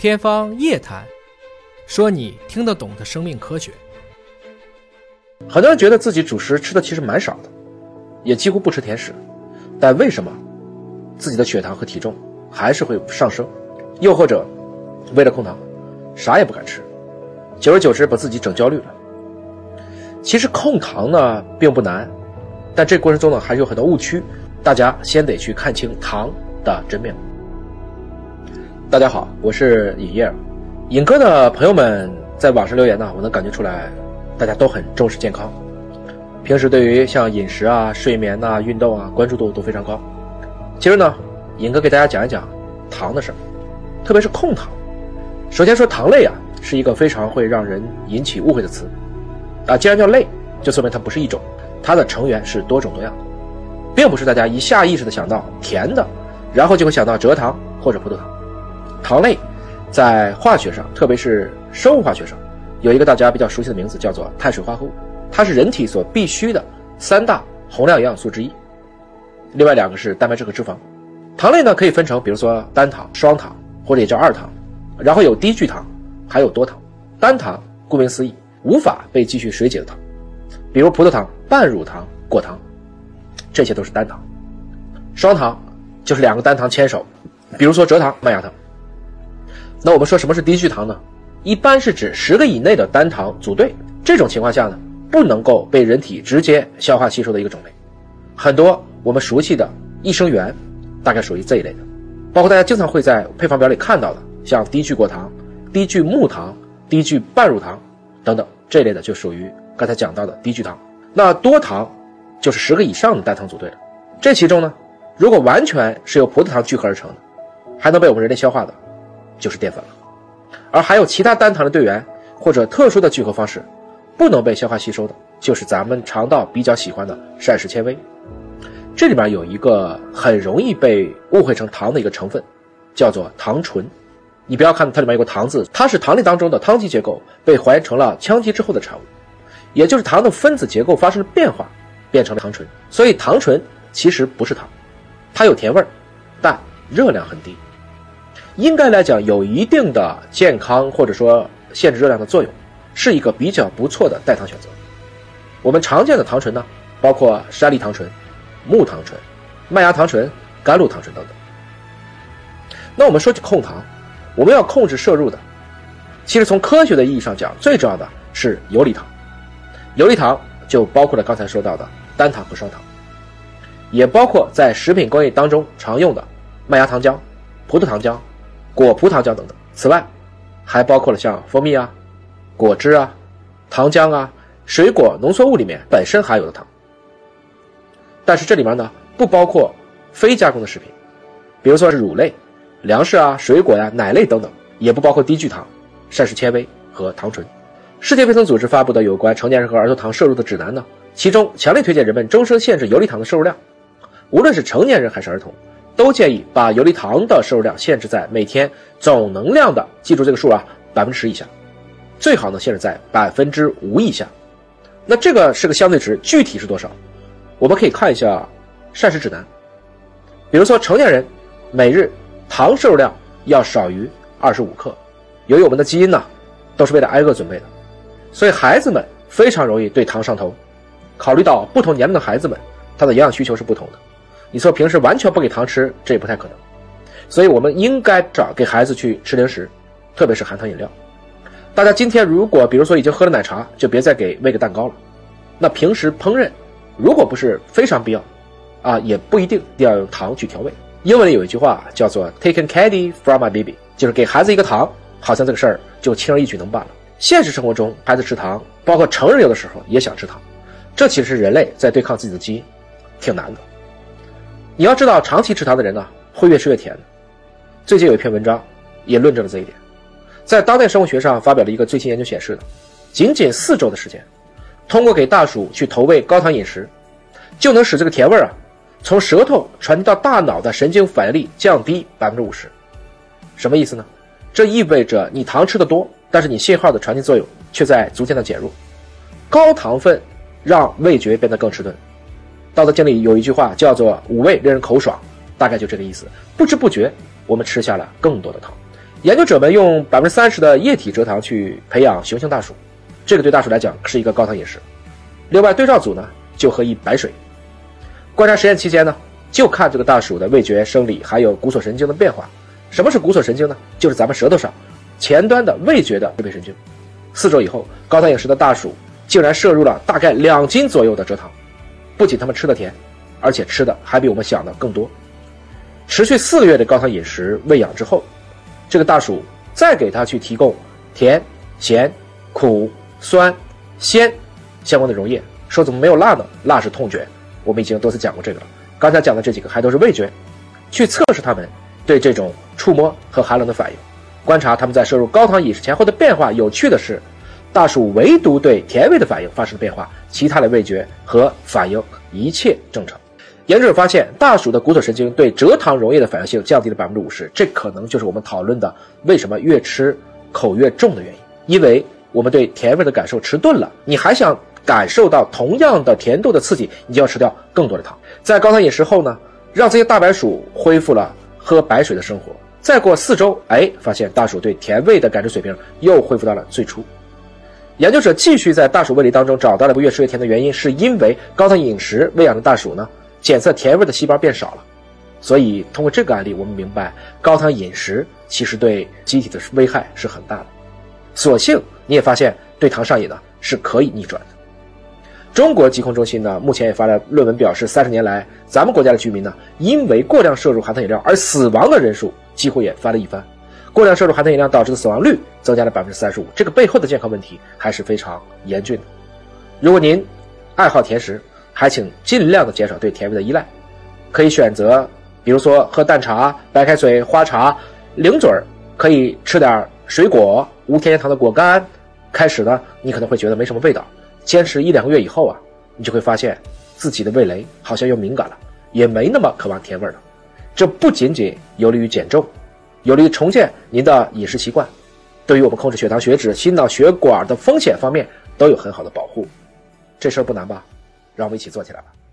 天方夜谭，说你听得懂的生命科学。 很多人觉得自己主食吃的其实蛮少的，也几乎不吃甜食，但为什么自己的血糖和体重还是会上升？又或者为了控糖啥也不敢吃，久而久之把自己整焦虑了。其实控糖呢并不难，但这过程中呢还是有很多误区，大家先得去看清糖的真面目。大家好，我是尹烨。尹哥的朋友们在网上留言呢，我能感觉出来大家都很重视健康，平时对于像饮食啊、睡眠啊、运动啊关注度都非常高。其实呢，尹哥给大家讲一讲糖的事儿，特别是控糖。首先说糖类啊是一个非常会让人引起误会的词啊，既然叫类，就说明它不是一种，它的成员是多种多样的，并不是大家一下意识的想到甜的，然后就会想到蔗糖或者葡萄糖。糖类在化学上，特别是生物化学上，有一个大家比较熟悉的名字，叫做碳水化合物，它是人体所必需的三大宏量营养素之一，另外两个是蛋白质和脂肪。糖类呢可以分成比如说单糖、双糖或者也叫二糖，然后有低聚糖还有多糖。单糖顾名思义，无法被继续水解的糖，比如葡萄糖、半乳糖、果糖，这些都是单糖。双糖就是两个单糖牵手，比如说蔗糖、麦芽糖。那我们说什么是低聚糖呢？一般是指10个以内的单糖组队，这种情况下呢不能够被人体直接消化吸收的一个种类。很多我们熟悉的益生元大概属于这一类的，包括大家经常会在配方表里看到的像低聚果糖、低聚木糖、低聚半乳糖等等，这一类的就属于刚才讲到的低聚糖。那多糖就是10个以上的单糖组队了，这其中呢如果完全是由葡萄糖聚合而成的，还能被我们人类消化的就是淀粉了。而还有其他单糖的队员或者特殊的聚合方式不能被消化吸收的，就是咱们肠道比较喜欢的膳食纤维。这里面有一个很容易被误会成糖的一个成分，叫做糖醇。你不要看它里面有个糖字，它是糖类当中的羟基结构被还原成了羟基之后的产物，也就是糖的分子结构发生了变化，变成了糖醇。所以糖醇其实不是糖，它有甜味，但热量很低，应该来讲有一定的健康或者说限制热量的作用，是一个比较不错的代糖选择。我们常见的糖醇呢包括山梨糖醇、木糖醇、麦芽糖醇、甘露糖醇等等。那我们说起控糖，我们要控制摄入的，其实从科学的意义上讲，最重要的是游离糖。游离糖就包括了刚才说到的单糖和双糖，也包括在食品工业当中常用的麦芽糖浆、葡萄糖浆、果葡糖浆等等。此外还包括了像蜂蜜啊、果汁啊、糖浆啊、水果浓缩物里面本身含有的糖。但是这里面呢不包括非加工的食品，比如说是乳类、粮食啊、水果呀、奶类等等，也不包括低聚糖、膳食纤维和糖醇。世界卫生组织发布的有关成年人和儿童糖摄入的指南呢，其中强烈推荐人们终生限制游离糖的摄入量，无论是成年人还是儿童，都建议把游离糖的摄入量限制在每天总能量的，记住这个数啊，10%以下，最好呢限制在5%以下。那这个是个相对值，具体是多少？我们可以看一下膳食指南。比如说成年人每日糖摄入量要少于25克，由于我们的基因呢都是为了挨饿准备的，所以孩子们非常容易对糖上头。考虑到不同年龄的孩子们他的营养需求是不同的，你说平时完全不给糖吃，这也不太可能，所以我们应该找给孩子去吃零食，特别是含糖饮料。大家今天如果比如说已经喝了奶茶，就别再给喂个蛋糕了。那平时烹饪如果不是非常必要啊，也不一定要用糖去调味。英文里有一句话叫做 taking candy from my baby， 就是给孩子一个糖，好像这个事儿就轻而易举能办了。现实生活中孩子吃糖，包括成人有的时候也想吃糖，这其实是人类在对抗自己的基因，挺难的。你要知道长期吃糖的人呢会越吃越甜的。最近有一篇文章也论证了这一点，在当代生物学上发表了一个最新研究显示的，仅仅4周的时间，通过给大鼠去投喂高糖饮食，就能使这个甜味从舌头传递到大脑的神经反应力降低50%。什么意思呢？这意味着你糖吃得多，但是你信号的传递作用却在逐渐的减弱。高糖分让味觉变得更迟钝。道德经里有一句话叫做五味令人口爽，大概就这个意思。不知不觉我们吃下了更多的糖， 研究者们用30%的液体蔗糖去培养雄性大鼠，这个对大鼠来讲是一个高糖饮食。另外对照组呢就喝一白水，观察实验期间呢，就看这个大鼠的味觉、生理还有骨锁神经的变化。什么是骨锁神经呢？就是咱们舌头上前端的味觉的支配神经。4周以后，高糖饮食的大鼠竟然摄入了大概2斤左右的蔗糖，不仅它们吃得甜，而且吃的还比我们想的更多。持续4个月的高糖饮食喂养之后，这个大鼠再给它去提供甜、咸、苦、酸、鲜相关的溶液，说怎么没有辣呢？辣是痛觉，我们已经多次讲过这个了。刚才讲的这几个还都是味觉，去测试它们对这种触摸和寒冷的反应，观察它们在摄入高糖饮食前后的变化。有趣的是，大鼠唯独对甜味的反应发生了变化，其他的味觉和反应一切正常。研究者发现，大鼠的骨锁神经对蔗糖溶液的反应性降低了 50%， 这可能就是我们讨论的为什么越吃口越重的原因。因为我们对甜味的感受迟钝了，你还想感受到同样的甜度的刺激，你就要吃掉更多的糖。在高糖饮食后呢，让这些大白鼠恢复了喝白水的生活。再过4周，发现大鼠对甜味的感知水平又恢复到了最初。研究者继续在大鼠胃里当中找到了越吃越甜的原因，是因为高糖饮食喂养的大鼠呢，检测甜味的细胞变少了。所以通过这个案例，我们明白高糖饮食其实对机体的危害是很大的。所幸你也发现对糖上瘾呢是可以逆转的。中国疾控中心呢，目前也发了论文表示，30年来咱们国家的居民呢，因为过量摄入含糖饮料而死亡的人数几乎也翻了一番。过量摄入含糖饮料导致的死亡率增加了 35%， 这个背后的健康问题还是非常严峻的。如果您爱好甜食，还请尽量的减少对甜味的依赖，可以选择比如说喝淡茶、白开水、花茶，零嘴可以吃点水果、无添加糖的果干。开始呢，你可能会觉得没什么味道，坚持1-2个月以后啊，你就会发现自己的味蕾好像又敏感了，也没那么渴望甜味了。这不仅仅有利于减重，有利于重建您的饮食习惯，对于我们控制血糖、血脂、心脑血管的风险方面都有很好的保护。这事儿不难吧？让我们一起做起来吧。